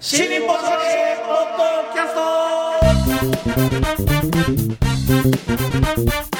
新日本のポッドキャスト。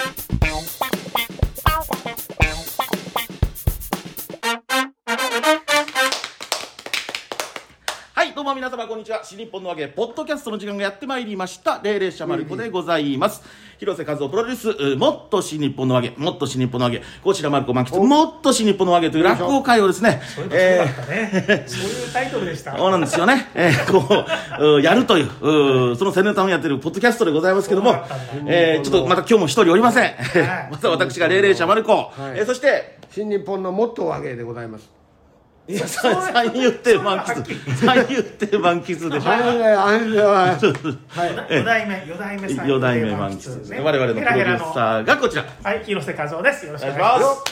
どうも皆様こんにちは。新日本のわけポッドキャストの時間がやってまいりました。霊霊者まる子でございます。広瀬和夫プロデュースもっと新日本のわけもっと新日本のわけこちらまる子満喫もっと新日本のわけという落語会をですね、 そういうタイトルでした。 そうなんですよね。こうやるというその宣伝のためにやってるポッドキャストでございますけども、ちょっとまた今日も一人おりません。また私が霊霊者まる子、そして新日本のもっとわけでございます。 いや、三遊亭満喫三遊亭満喫でしょ。四代目満喫ですね。我々のプロデューサーがこちら、 はい、広瀬和夫です。よろしくお願いします。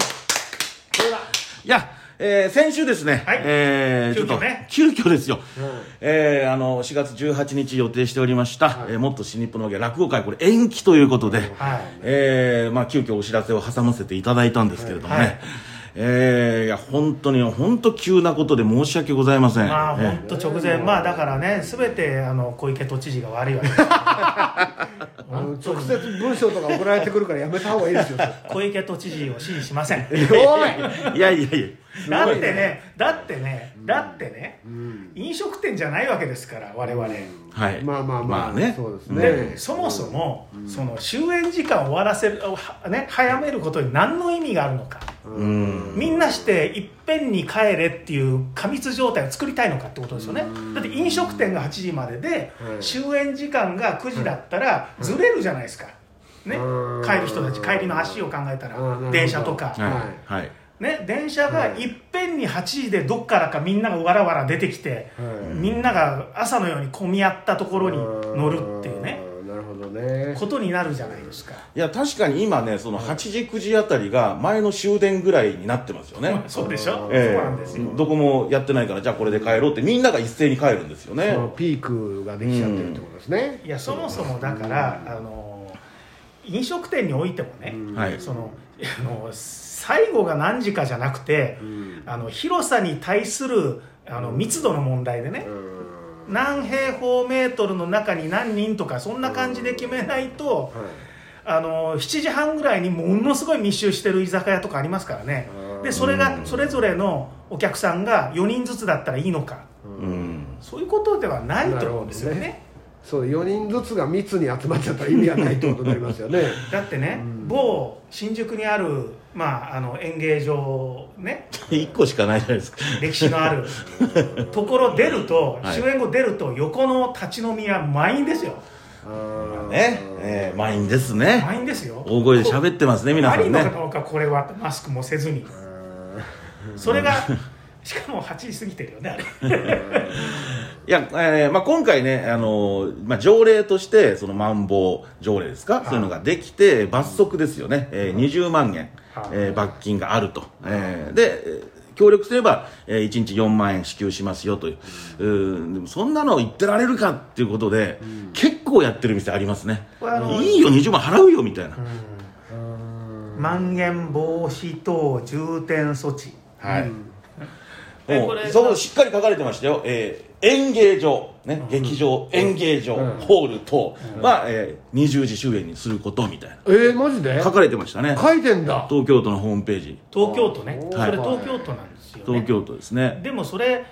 いや、先週ですね、ちょっと急遽ですよ、4月18日予定しておりました、もっと新日本のわけ落語会、これ延期ということで、急遽お知らせを挟ませていただいたんですけれどもね、いや本当急なことで申し訳ございません。 本当直前、だからね、すべて小池都知事が悪いわけです。 直接文章とか送られてくるからやめた方がいいですよ。 小池都知事を支持しません。 いやだってね、飲食店じゃないわけですから我々。 はい。まあね。 そうですね。 そもそもその終演時間を終わらせるね、早めることに何の意味があるのか。みんなしていっぺんに帰れっていう過密状態を作りたいのかってことですよね。だって飲食店が8時までで、終演時間が9時だったらずれるじゃないですか。ね、帰る人たち、帰りの足を考えたら電車とか。ね、電車がいっぺんに8時でどっからかみんながわらわら出てきて、みんなが朝のように混み合ったところに乗るっていうね、ことになるじゃないですか。 いや確かに今ね、その8時9時あたりが前の終電ぐらいになってますよね。 そうでしょ、そうなんですよ。 どこもやってないから、じゃあこれで帰ろうってみんなが一斉に帰るんですよね。 そのピークができちゃってるってことですね。 いやそもそもだから飲食店においてもね、その最後が何時かじゃなくて、広さに対する密度の問題でね、何平方メートルの中に何人とかそんな感じで決めないと、7時半ぐらいにものすごい密集してる居酒屋とかありますからね。でそれがそれぞれのお客さんが4人ずつだったらいいのか、そういうことではないと思うんですよね。 そう4人ずつが密に集まっちゃったら意味がないってことになりますよね。 だってね、某新宿にある、演芸場ね 1個しかないじゃないですか、 歴史のあるところ出ると、終演後出ると横の立ち飲みは満員ですよ。 満員ですね。 満員ですよ。 大声で喋ってますね皆さんね。 ありのかどうか、これはマスクもせずに、それがしかも8時過ぎてるよねあれ。 いや、今回ね、条例としてそのまん防条例ですか、そういうのができて罰則ですよね、20万円、罰金があると、で協力すれば、1日4万円支給しますよという、でもそんなの言ってられるかっていうことで、結構やってる店ありますね。いいよ20万払うよみたいな。 まん延防止等重点措置、 そうしっかり書かれてましたよ。演芸場、ね、劇場、演芸場、ホール等は、20時終演にすることみたいな。 マジで書かれてましたね。 書いてんだ。 東京都のホームページ。 東京都ね。それ東京都なんですよね。 東京都ですね。 でもそれ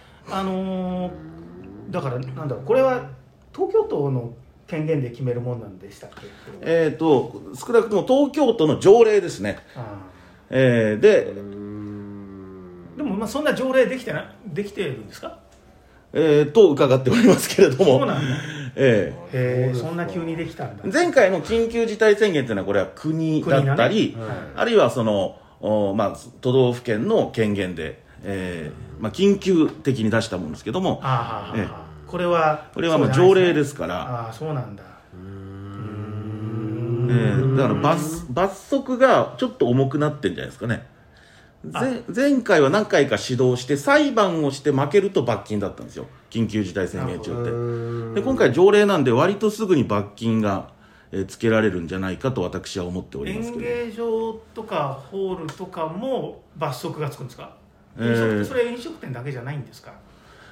だからなんだろう、これは東京都の権限で決めるもんなんでしたっけ？ 少なくとも東京都の条例ですね。でもそんな条例できてるんですか？ と伺っておりますけれども。 そうなんだ。そんな急にできたんだ。 前回の緊急事態宣言というのはこれは国だったり、あるいはその都道府県の権限で、緊急的に出したものですけども、 これはもう条例ですから。 そうなんだ。 だから罰則がちょっと重くなってんじゃないですかね。前回は何回か指導して裁判をして負けると罰金だったんですよ、緊急事態宣言中って。で今回条例なんで割とすぐに罰金がつけられるんじゃないかと私は思っておりますけど。 演芸場とかホールとかも罰則がつくんですか？それ飲食店だけじゃないんですか？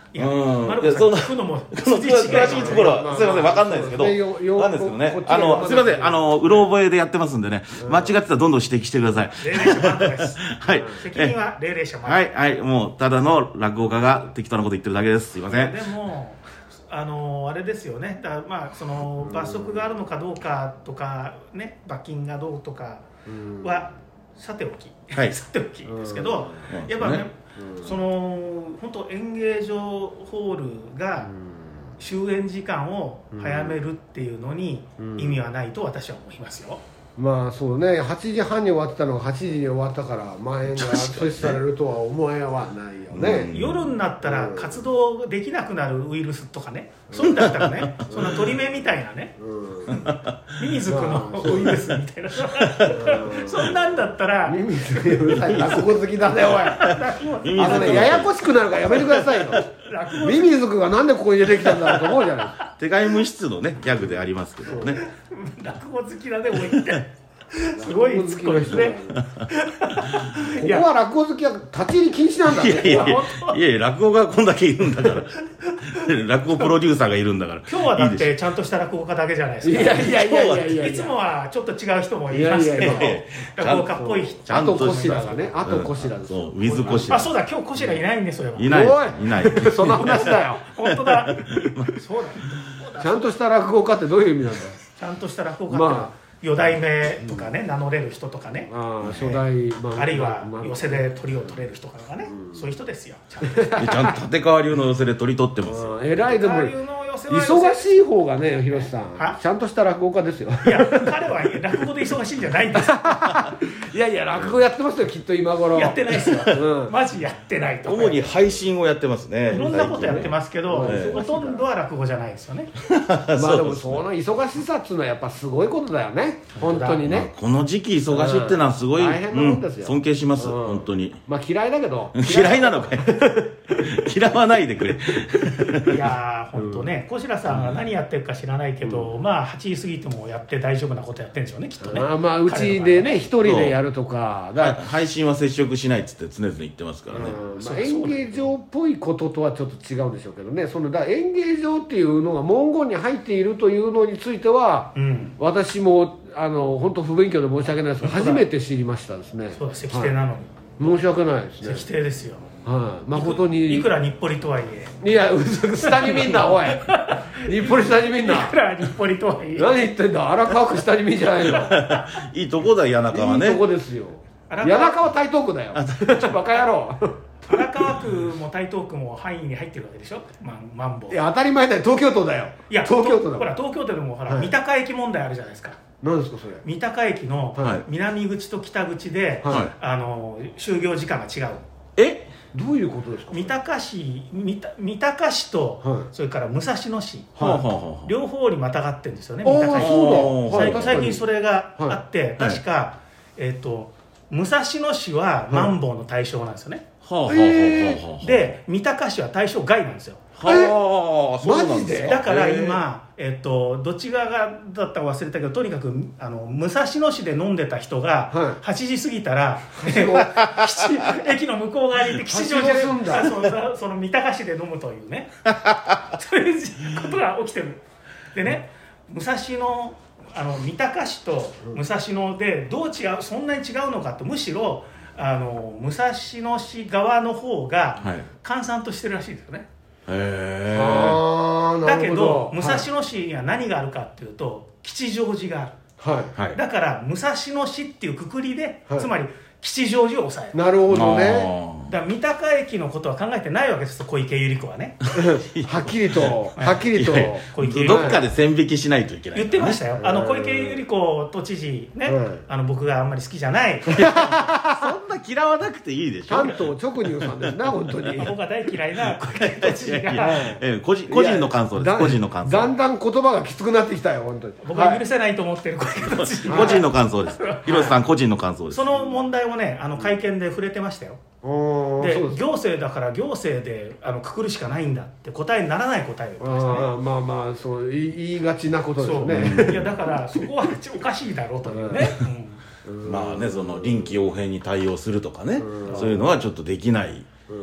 いや、マルコさん聞くのもこの詳しいところはすいません分かんないですけどなんですけどねすいませんうろ覚えでやってますんでね間違ってたらどんどん指摘してください。 霊霊者マルコです。 はい責任は霊霊者マルコ。 はいはいもうただの落語家が適当なこと言ってるだけです。すいません。 でもあれですよね。だからまあその罰則があるのかどうかとかね、罰金がどうとかはさておき、さておきですけど、やっぱね、その本当演芸場ホールが終演時間を早めるっていうのに意味はないと私は思いますよ。 まあそうね、8時半に終わってたのが8時に終わったからまん延が阻止されるとは思えはないよね。 夜になったら活動できなくなるウイルスとかね、そういうんだったらね、そんな鳥目みたいなね、ミミズクのウイルスみたいな、そんなんだったらミミズクうるさい落語好きだねおい。ややこしくなるからやめてくださいよ。ミミズクがなんでここに出てきたんだろうと思うじゃないですか。 手飼い無質のねギャグでありますけどね。 落語好きだねおいってすごいツッコミですね。 ここは落語好きは立ち入り禁止なんだね。 いや落語がこんだけいるんだから落語プロデューサーがいるんだから。 今日はだってちゃんとした落語家だけじゃないですか。いつもはちょっと違う人もいますけど、落語家っぽい人。 あとコシラがね、あとコシラです。 そうウィズコシラ。 あそうだ今日コシラいないんですよ。 いないいない。 その話だよ。 本当だ。そうだ。 ちゃんとした落語家ってどういう意味なんだよ。 ちゃんとした落語家って四代目とかね、名乗れる人とかね、 初代、 あるいは寄席で鳥を取れる人とかね、そういう人ですよ。 ちゃんと立川流の寄席で鳥取ってますよ。 偉い。でも忙しい方がね、広瀬さんちゃんとした落語家ですよ。 いや彼は落語で忙しいんじゃないんですよ。 いやいや落語やってますよきっと今頃。 やってないですよ。マジやってないと。 主に配信をやってますね。 いろんなことやってますけど、ほとんどは落語じゃないですよね。 まあでもその忙しさっていうのはやっぱすごいことだよね。本当にね。 この時期忙しいってのはすごい大変なもんですよ。 尊敬します本当に。 まあ嫌いだけど。 嫌いなのかい。嫌わないでくれ。 いや本当ね、小白さんが何やってるか知らないけど、まあ8時過ぎてもやって大丈夫なことやってるんでしょうねきっとね。 まあうちでね一人でやるとか。 配信は接触しないっつって常々言ってますからね。 演芸場っぽいこととはちょっと違うんでしょうけどね。だから演芸場っていうのが文言に入っているというのについては、私も本当不勉強で申し訳ないですが初めて知りましたですね。 そうです、石庭なのに。 申し訳ないですね。 石庭ですよ。 誠にいくら日暮里とはいえ。 いや下に見んなおい。日暮里下に見んな。 いくら日暮里とはいえ。 何言ってんだ。荒川区下に見んじゃないの。 いいとこだ谷中はね。 いいとこですよ。谷中は台東区だよ。バカ野郎。 荒川区も台東区も範囲に入ってるわけでしょ。マンボウ。 いや当たり前だよ。東京都だよ。 いや東京都だ。 ほら東京都でもほら三鷹駅問題あるじゃないですか。 何ですかそれ。 三鷹駅の南口と北口で就業時間が違う。 どういうことですか。 三鷹市とそれから武蔵野市両方にまたがってるんですよね。三鷹市。最近それがあって確か武蔵野市はマンボウの対象なんですよね。で三鷹市は対象外なんですよ。 マジで。 だから今どっち側がだったか忘れたけどとにかく武蔵野市で飲んでた人が8時過ぎたら駅の向こう側にいて吉祥寺でその三鷹市で飲むというねそういうことが起きてる。でね武蔵野三鷹市と武蔵野でどう違うそんなに違うのかってむしろ武蔵野市側の方が閑散としてるらしいですよね。だけど武蔵野市には何があるかっていうと吉祥寺がある。だから武蔵野市っていうくくりでつまり吉祥寺を抑える。 なるほどね。 だから三鷹駅のことは考えてないわけですよ小池百合子はね。 はっきりとどっかで線引きしないといけない。 言ってましたよ。小池百合子都知事ね、僕があんまり好きじゃない。 そんな嫌わなくていいでしょ。 関東直入さんですね本当に。 僕が大嫌いな小池都知事が個人の感想です。個人の感想。 だんだん言葉がきつくなってきたよ本当に。 僕は許せないと思ってる小池都知事。 個人の感想です。広瀬さん個人の感想です。 その問題をね会見で触れてましたよ。で行政だから行政でくくるしかないんだって答えにならない答えを言ってましたね。 まあまあそう言いがちなことですね。 いやだからそこはおかしいだろうというね。 まあねその臨機応変に対応するとかねそういうのはちょっとできない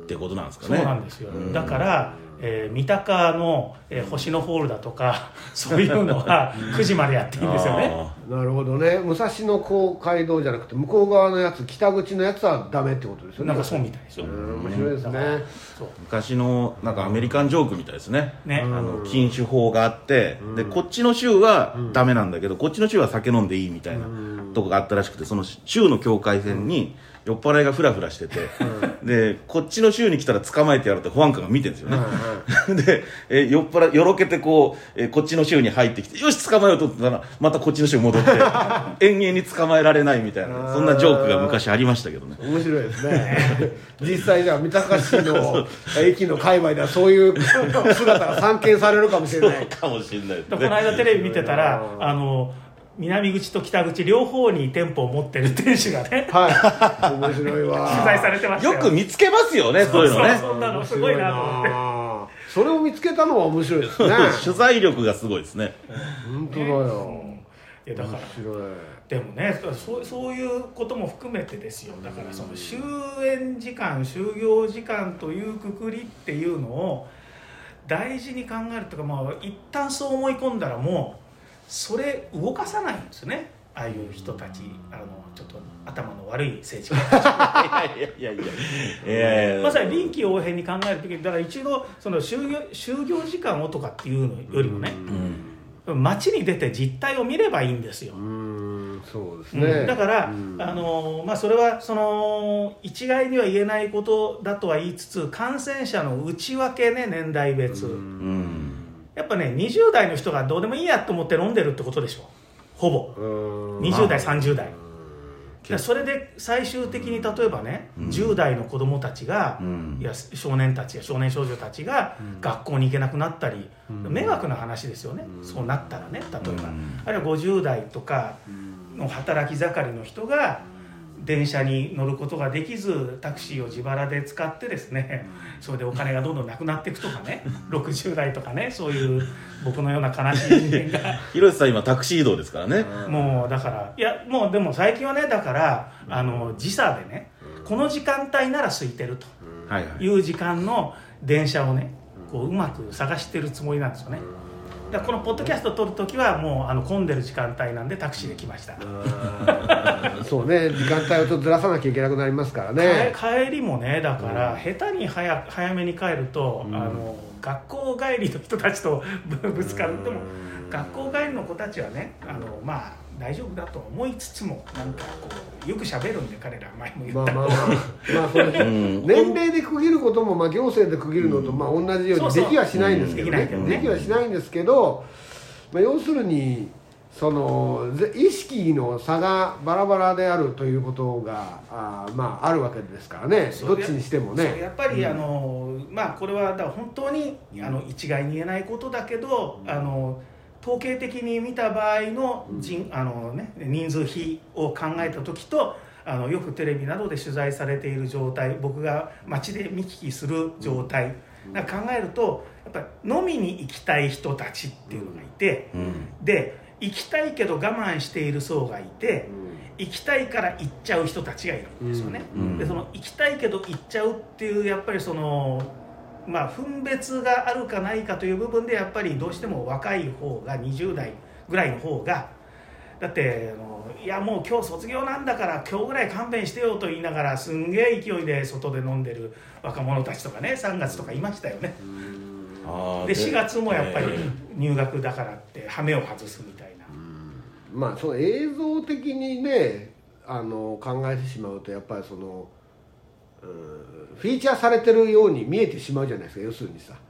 っていうことなんですかね。 そうなんですよ、だから三鷹の、星野ホールだとかそういうのは9時までやっていいんですよね。 なるほどね。武蔵野公会堂じゃなくて向こう側のやつ、北口のやつはダメってことですよね。 なんかそうみたいですよ。 面白いですね。 昔のなんかアメリカンジョークみたいですね。 ね、 禁酒法があって、でこっちの州はダメなんだけど、こっちの州は酒飲んでいいみたいなとこがあったらしくて、その州の境界線に酔っ払いがフラフラしてて、でこっちの州に来たら捕まえてやるって保安官が見てるんですよね。で、酔っ払いよろけてこっちの州に入ってきて、よし捕まえようと思ったらまたこっちの州に戻って延々に捕まえられないみたいな、そんなジョークが昔ありましたけどね。 面白いですね。実際じゃあ三鷹市の駅の界隈ではそういう姿が散見されるかもしれない。 かもしれないですね。 この間テレビ見てたら南口と北口両方に店舗を持ってる店主がね、 はい、面白いわ。 取材されてましたよ。 よく見つけますよね、そういうのね。 そんなのすごいなと思って。 それを見つけたのは面白いですね。 取材力がすごいですね。 本当だよ。 いやだからでもね、そういうことも含めてですよ。だからその終演時間、就業時間というくくりっていうのを大事に考えるというか、まあ一旦そう思い込んだらもうそれ動かさないんですよね。ああいう人たち、ちょっと頭の悪い政治家たちまさに臨機応変に考えるときに、だから一度その就業時間をとかっていうのよりもね、街に出て実態を見ればいいんですよ。 そうですね。 だから、それはその一概には言えないことだとは言いつつ、感染者の内訳ね、年代別、やっぱね20代の人がどうでもいいやと思って飲んでるってことでしょ、ほぼ20代30代。それで最終的に例えばね、10代の子供たちが、いや少年たちや少年少女たちが学校に行けなくなったり、迷惑な話ですよね、そうなったらね。例えば、あるいは50代とかの働き盛りの人が電車に乗ることができずタクシーを自腹で使ってですね、それでお金がどんどんなくなっていくとかね60代とかね、そういう僕のような悲しい人間が広瀬さん今タクシー移動ですからね。 もうだからいやもうでも最近はね、だから時差でね、この時間帯なら空いてるという時間の電車をね、こううまく探してるつもりなんですよね。だからこのポッドキャストを撮るときはもう混んでる時間帯なんでタクシーで来ました。 そうね、時間帯をちょっとずらさなきゃいけなくなりますからね。 帰りもね、だから下手に早めに帰ると、学校帰りの人たちとぶつかる。でも学校帰りの子たちはね、まあ大丈夫だと思いつつも、なんかこうよく喋るんで、彼ら前も言った年齢で区切ることも、行政で区切るのと同じようにできはしないんですけどね。できはしないんですけど、要するにその意識の差がバラバラであるということがあるわけですからね。どっちにしてもね。 やっぱりこれはだから本当に一概に言えないことだけど、統計的に見た場合の人数比を考えた時と、よくテレビなどで取材されている状態、僕が街で見聞きする状態考えると、やっぱり飲みに行きたい人たちっていうのがいて、で行きたいけど我慢している層がいて、行きたいから行っちゃう人たちがいるんですよね。でその行きたいけど行っちゃうっていう、やっぱりその分別があるかないかという部分で、やっぱりどうしても若い方が20代ぐらいの方が、だっていやもう今日卒業なんだから今日ぐらい勘弁してよと言いながら、すんげえ勢いで外で飲んでる若者たちとかね、3月とかいましたよね。で4月もやっぱり入学だからって羽目を外すみたいな。 その映像的にね考えてしまうと、やっぱりそのフィーチャーされてるように見えてしまうじゃないですか。要するにさ、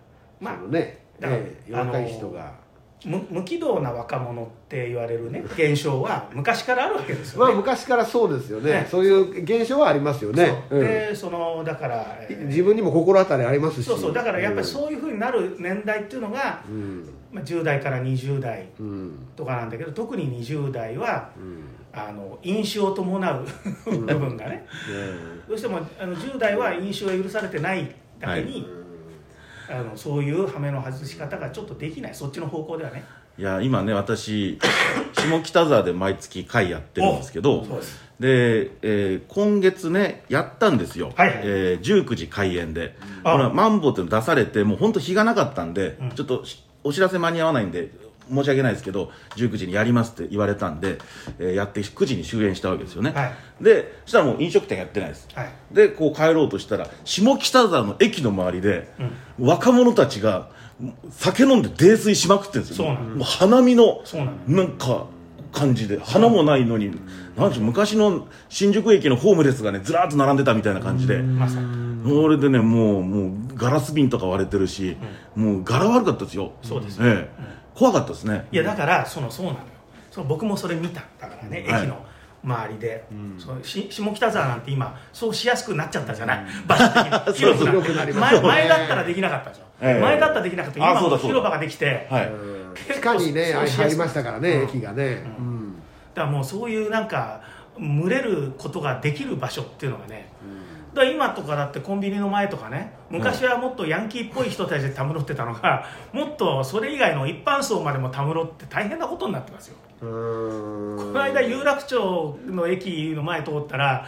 若い人が無軌道な若者って言われるね現象は昔からあるわけですよね。 昔からそうですよね。そういう現象はありますよね。 でだから、 自分にも心当たりありますし、 そうだからやっぱりそういうふうになる年代っていうのが、10代から20代とかなんだけど、特に20代は、飲酒を伴う部分がね、どうしても10代は飲酒が許されてないだけに、 そういう羽目の外し方がちょっとできない、そっちの方向ではね。 いや今ね私下北沢で毎月会やってるんですけど、で、今月ねやったんですよ、 はいはい、 19時開演で、マンボウっていうの出されてもう本当日がなかったんで、ちょっとお知らせ間に合わないんで申し訳ないですけど19時にやりますって言われたんで、やって9時に終演したわけですよね、はい、でそしたらもう飲食店やってないです、はい、でこう帰ろうとしたら下北沢の駅の周りで、若者たちが酒飲んで泥酔しまくってるんですよ、もう花見のなんか感じで、花もないのになんて昔の新宿駅のホームレスがねずらーっと並んでたみたいな感じで、それでねもうガラス瓶とか割れてるし、もう柄悪かったですよ。 そうです、 怖かったですね。 いやだからそうなのよ、僕もそれ見ただからね、駅の周りで、下北沢なんて今そうしやすくなっちゃったじゃない、場所的に広くなります。前だったらできなかったでしょ、前だったらできなかった。今も広場ができて、 地下にね入りましたからね、駅がね、 だからもうそういうなんか群れることができる場所っていうのがね、だから今とかだってコンビニの前とかね、昔はもっとヤンキーっぽい人たちでたむろってたのが、もっとそれ以外の一般層までもたむろって大変なことになってますよ。この間有楽町の駅の前通ったら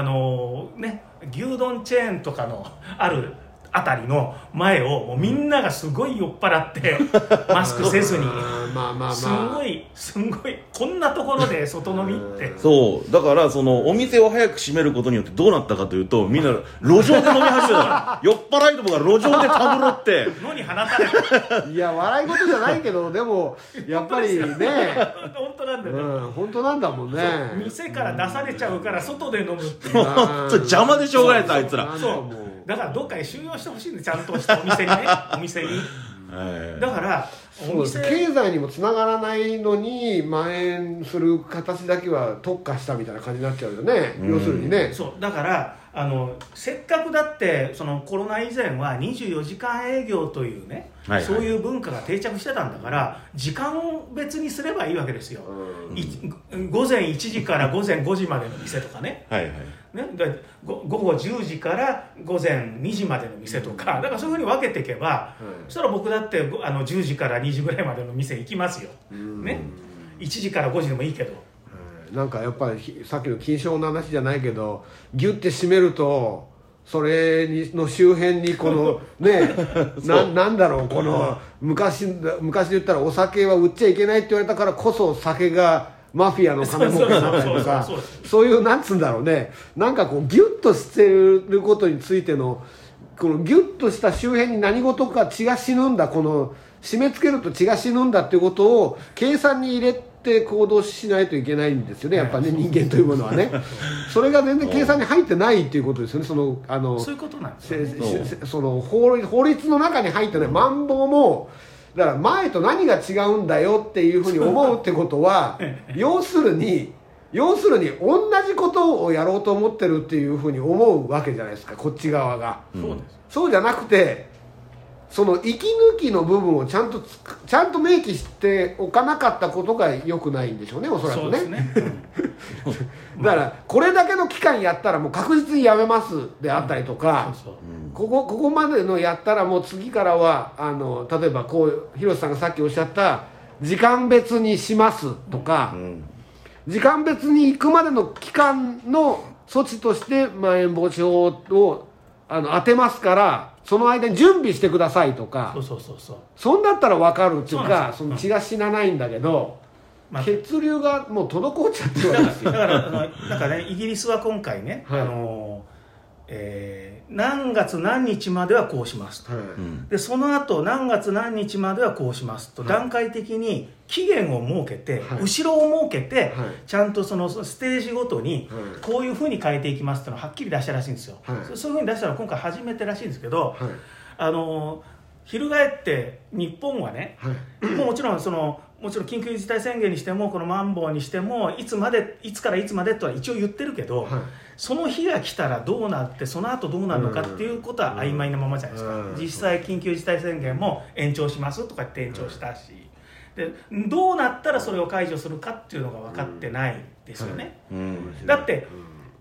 牛丼チェーンとかのあるあたりの前をもうみんながすごい酔っ払ってマスクせずにすごいこんなところで外飲みってそうだからそのお店を早く閉めることによってどうなったかというと、みんな路上で飲み始めた酔っ払いどもが路上でたむろって野に放たれた。 いや笑い事じゃないけどでもやっぱりね本当なんだよね、 本当なんだもんね。 店から出されちゃうから外で飲むって本当邪魔でしょうがないですあいつら。 そうだからどっかに収容してほしいんで、ちゃんとしたお店にねお店に、だからお店経済にもつながらないのに蔓延する形だけは特化したみたいな感じになっちゃうよね、要するにね。 そうだからせっかくだってそのコロナ以前は24時間営業というね、そういう文化が定着してたんだから時間別にすればいいわけですよ、午前1時から午前5時までの店とかね、午後10時から午前2時までの店とか、だからそういうふうに分けていけば、そしたら僕だって10時から2時ぐらいまでの店行きますよ、ね、1時から5時でもいいけど。 なんかやっぱりさっきの金賞の話じゃないけどギュッて締めるとそれの周辺にこのねなんだろう、この昔で言ったらお酒は売っちゃいけないって言われたからこそ酒がマフィアの金儲けになったりとか、そういうなんつうんだろうね、なんかこうギュッとしてることについてのこのギュッとした周辺に何事か血が死ぬんだ、この締め付けると血が死ぬんだっていうことを計算に入れて行動しないといけないんですよね、やっぱね、人間というものはね。それが全然計算に入ってないっていうことですよね。 そういうことなんですよね。 その法律の中に入ってないマンボウもだから前と何が違うんだよっていうふうに思うってことは要するに同じことをやろうと思ってるっていうふうに思うわけじゃないですか、こっち側が。そうじゃなくてその息抜きの部分をちゃんと明記しておかなかったことが良くないんでしょうね、おそらくね。だからこれだけの期間やったらもう確実にやめますであったりとか、ここまでのやったらもう次からは例えばこう広瀬さんがさっきおっしゃった時間別にしますとか、時間別に行くまでの期間の措置としてまん延防止法を当てますからその間に準備してくださいとか、そんだったら分かるっていうか、その血が死なないんだけど、血流がもう滞っちゃってるわけですよ。 だからなんかね、イギリスは今回ね、何月何日まではこうしますと、でその後何月何日まではこうしますと、段階的に期限を設けて、後ろを設けて、ちゃんとそのステージごとにこういうふうに変えていきますっていうのをはっきり出したらしいんですよ、そういうふうに出したのは今回初めてらしいんですけど、翻って日本はね、もちろん緊急事態宣言にしてもこのマンボウにしてもいつからいつまでとは一応言ってるけど、その日が来たらどうなってその後どうなるのかっていうことは曖昧なままじゃないですか。実際緊急事態宣言も延長しますとか言って延長したし、でどうなったらそれを解除するかっていうのが分かってないですよね。だって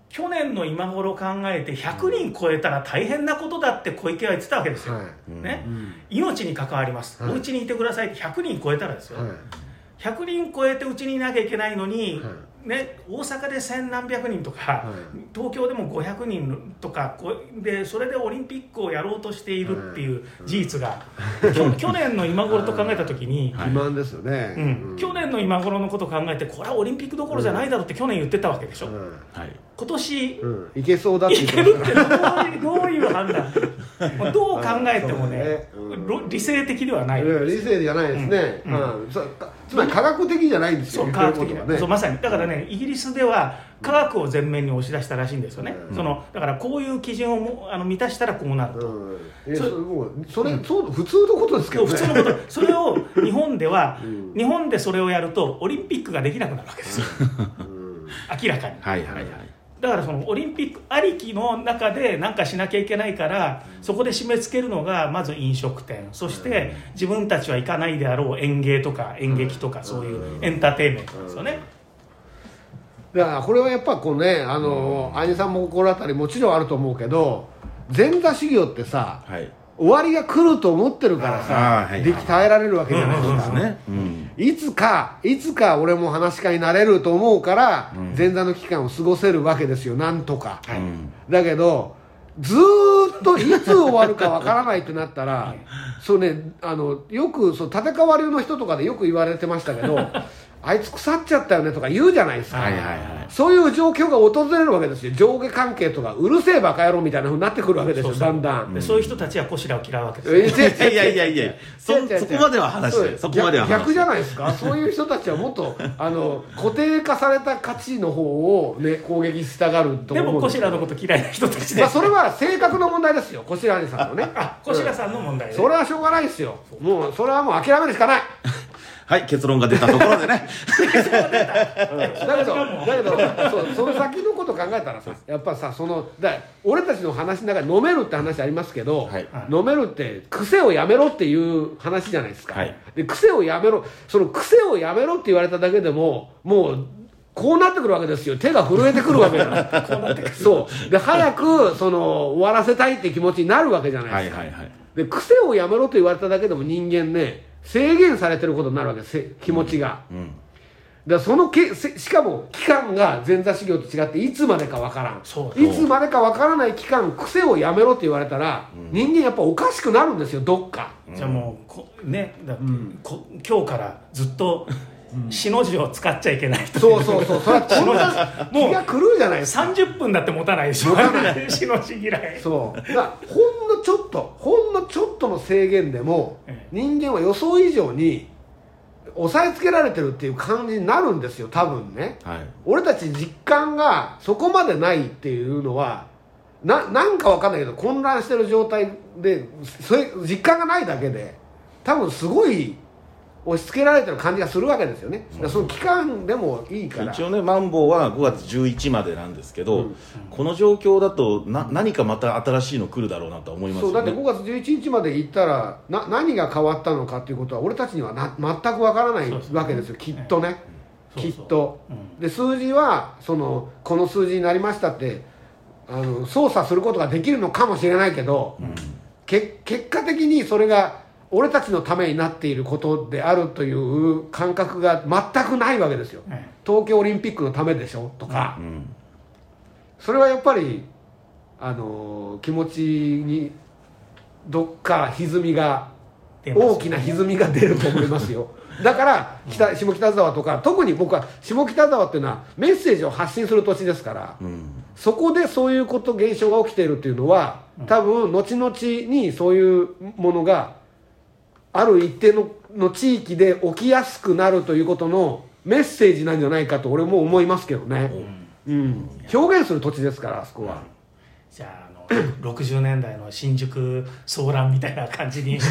去年の今頃考えて100人超えたら大変なことだって小池は言ってたわけですよ、ね、命に関わります、お家にいてくださいって100人超えたらですよ、100人超えてうちにいなきゃいけないのに、ね、大阪で千何百人とか、東京でも500人とかで、それでオリンピックをやろうとしているっていう事実が、去年の今頃と考えた時に肥満ですよね、 去年の今頃のことを考えて、これはオリンピックどころじゃないだろうって去年言ってたわけでしょ、今年、 いけそうだって言っていけるってどういう判断どう考えてもね、理性的ではない、 理性じゃないですね、つまり科学的じゃないんですよ、 そう科学的な、そうまさにだからね、イギリスでは科学を前面に押し出したらしいんですよね、だからこういう基準を満たしたらこうなると、 そう普通のことですけどね、 普通のことそれを日本では、日本でそれをやるとオリンピックができなくなるわけですよ明らかに、だからそのオリンピックありきの中で何かしなきゃいけないから、そこで締め付けるのがまず飲食店、そして自分たちは行かないであろう演芸とか演劇とか、そういうエンターテインメントですよね。 だからこれはやっぱこうね、兄さんも心当たりもちろんあると思うけど、前座修行ってさ、終わりが来ると思ってるからさ、で鍛えられるわけじゃないですか。いつか俺も噺家になれると思うから、前座の期間を過ごせるわけですよ、なんとか。だけどずーっといつ終わるかわからないってなったら、そうね、よくそう立川流の人とかでよく言われてましたけどあいつ腐っちゃったよねとか言うじゃないですか、そういう状況が訪れるわけですよ。上下関係とかうるせえバカ野郎みたいなふうになってくるわけですよ、だんだん。 そういう人たちは小白を嫌うわけですよ。 いやそこまでは話して、そこまでは逆じゃないですか。そういう人たちはもっと固定化された価値の方を、ね、攻撃したがると思う。 でも小白のこと嫌いな人たちで、 それは性格の問題ですよ、小白兄さんのね。 小白さんの問題、 それはしょうがないですよ。もうそれはもう諦めるしかない。 はい、結論が出たところでねだけどその先のこと考えたらさ、やっぱさ、俺たちの話の中で飲めるって話ありますけど、飲めるって癖をやめろっていう話じゃないですか、で癖をやめろ、その癖をやめろって言われただけでももうこうなってくるわけですよ。手が震えてくるわけだそうで、早く終わらせたいって気持ちになるわけじゃないですか、で癖をやめろと言われただけでも人間ね、制限されてることになるわけです、気持ちが、だからしかも期間が前座修行と違っていつまでかわからん、いつまでかわからない期間、癖をやめろって言われたら、人間やっぱおかしくなるんですよ、どっか。 じゃあもうだって今日からずっと死の字を使っちゃいけないと。 そうそれはこんな気が狂うじゃないですか。 30分だって持たないでしょ死の字嫌い。 そうだからほんのちょっとの制限でも人間は予想以上に押さえつけられてるっていう感じになるんですよ、多分ね、俺たち実感がそこまでないっていうのはなんかわかんないけど混乱してる状態で、それ実感がないだけで多分すごい押し付けられてる感じがするわけですよね。その期間でもいいから。 一応ね、マンボウは5月11までなんですけど、この状況だと何かまた新しいの来るだろうなと思いますよね。 そうだって5月11日まで行ったら何が変わったのかっていうことは俺たちには全くわからないわけですよ、きっとね、きっと。で数字はこの数字になりましたって操作することができるのかもしれないけど、結果的にそれが俺たちのためになっていることであるという感覚が全くないわけですよ、東京オリンピックのためでしょとか、それはやっぱり気持ちにどっか歪みが、大きな歪みが出ると思いますよだから下北沢とか、特に僕は下北沢っていうのはメッセージを発信する土地ですから、そこでそういう現象が起きているっていうのは多分後々にそういうものがある一定の地域で起きやすくなるということのメッセージなんじゃないかと俺も思いますけどね、表現する土地ですから、あそこは。 じゃあ60年代の新宿騒乱みたいな感じに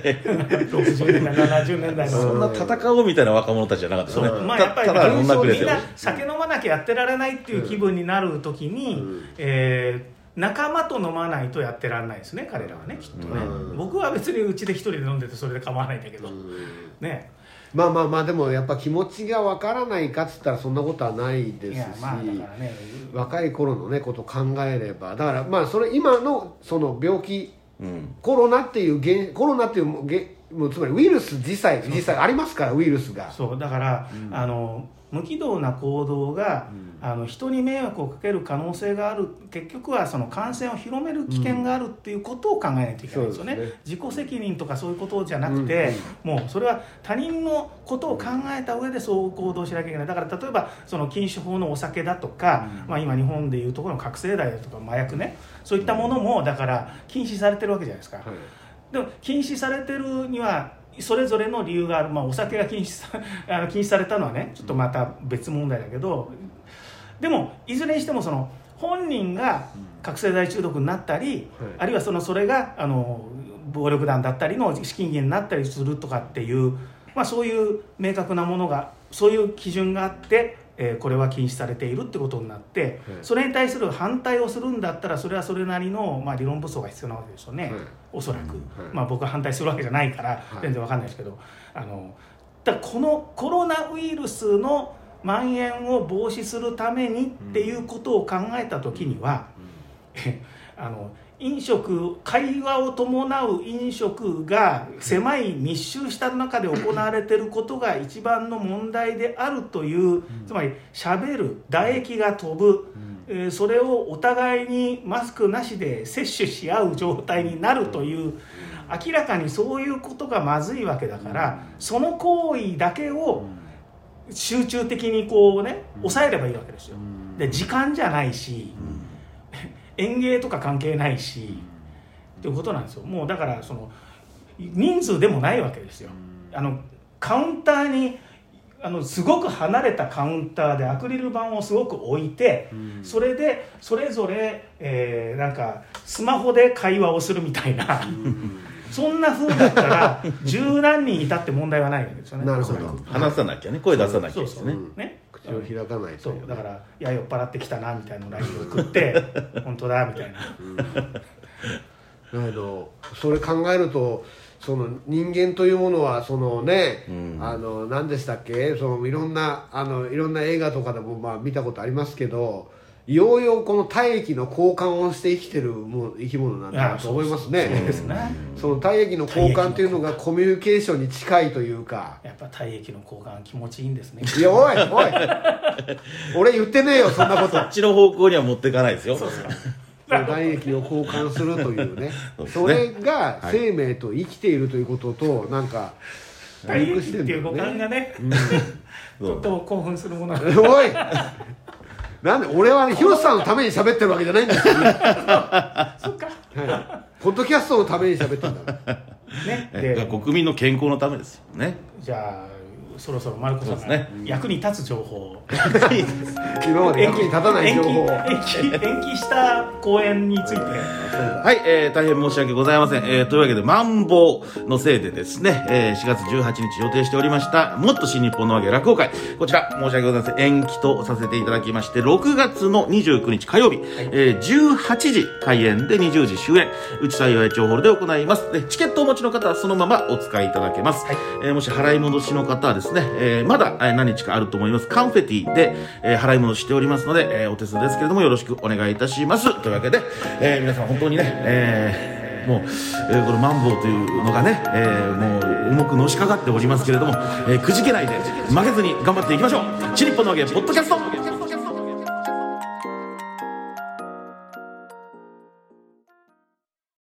60年代70年代のそんな戦おうみたいな若者たちじゃなかったですね。 やっぱりみんな酒飲まなきゃやってられないっていう気分になる時に、仲間と飲まないとやってられないですね、彼らはね、きっとね。僕は別にうちで一人で飲んでてそれで構わないんだけどね。 まあでもやっぱ気持ちがわからないかっつったらそんなことはないですし、 だからね、 若い頃のねことを考えれば、だからそれ今のその病気、コロナっていうもうつまりウイルス実際ありますから、ウイルスが。 そうだから、無軌道な行動が、人に迷惑をかける可能性がある、結局はその感染を広める危険があるっていうことを考えないといけないんですよね。自己責任とかそういうことじゃなくて、もうそれは他人のことを考えた上でそう行動しなきゃいけない。だから例えばその禁酒法のお酒だとか、今日本でいうところの覚醒剤だとか麻薬ね、そういったものもだから禁止されてるわけじゃないですか。でも禁止されてるにはそれぞれの理由がある。お酒が禁止されたのはねちょっとまた別問題だけど、でもいずれにしてもその本人が覚醒剤中毒になったり、あるいはそれが暴力団だったりの資金源になったりするとかっていう、そういう明確なものが、そういう基準があって、これは禁止されているってことになって、それに対する反対をするんだったらそれはそれなりの、理論武装が必要なわけですよね、おそらく。僕は反対するわけじゃないから全然わかんないですけど、だからこのコロナウイルスの蔓延を防止するためにっていうことを考えた時には、飲食、会話を伴う飲食が狭い密集した中で行われていることが一番の問題であるという、つまり喋る、唾液が飛ぶ、それをお互いにマスクなしで摂取し合う状態になるという、明らかにそういうことがまずいわけだから、その行為だけを集中的に抑えればいいわけですよ。で時間じゃないし、園芸とか関係ないし、ということなんですよ。もうだからその人数でもないわけですよ。カウンターにすごく離れたカウンターでアクリル板をすごく置いて、それでそれぞれ、なんかスマホで会話をするみたいなそんな風だったら十何人いたって問題はないわけですよね。 なるほど。 話さなきゃね、声出さなきゃですね。 口を開かないと。 そうだから、いや酔っ払ってきたなみたいな LINE を送って本当だみたいな。 それ考えると、その人間というものはそのね、何でしたっけ、そのいろんな映画とかでも見たことありますけど、ようようこの体液の交換をして生きてる生き物なんだと思いますね。その体液の交換というのがコミュニケーションに近いというか、 やっぱ体液の交換気持ちいいんですね。 いやおい俺言ってねえよそんなこと。 そっちの方向には持っていかないですよ。 体液を交換するというねそれが生命と生きているということと、なんか体液っていう五感がね、とっても興奮するもの。 おいなんで俺は広瀬さんのために喋ってるわけじゃないんですよ。そっか、ポッドキャストのために喋ってるんだね。 で国民の健康のためですよね。 じゃあそろそろマルコさんが役に立つ情報を、 今まで役に立たない情報を延期した公演について、 はい、大変申し訳ございません。というわけでマンボウのせいでですね、4月18日予定しておりましたもっと新日本のわけ落語会、こちら申し訳ございません、延期とさせていただきまして、6月の29日火曜日、18時開演で20時終演、内幸町ホールで行います。でチケットをお持ちの方はそのままお使いいただけます。もし払い戻しの方はですね、まだ何日かあると思います。カンフェティで、払い戻ししておりますので、お手数ですけれどもよろしくお願いいたします。というわけで、皆さん本当にね、もう、このマンボウというのがね、もう重くのしかかっておりますけれども、くじけないで負けずに頑張っていきましょう。新日本のわけポッドキャスト。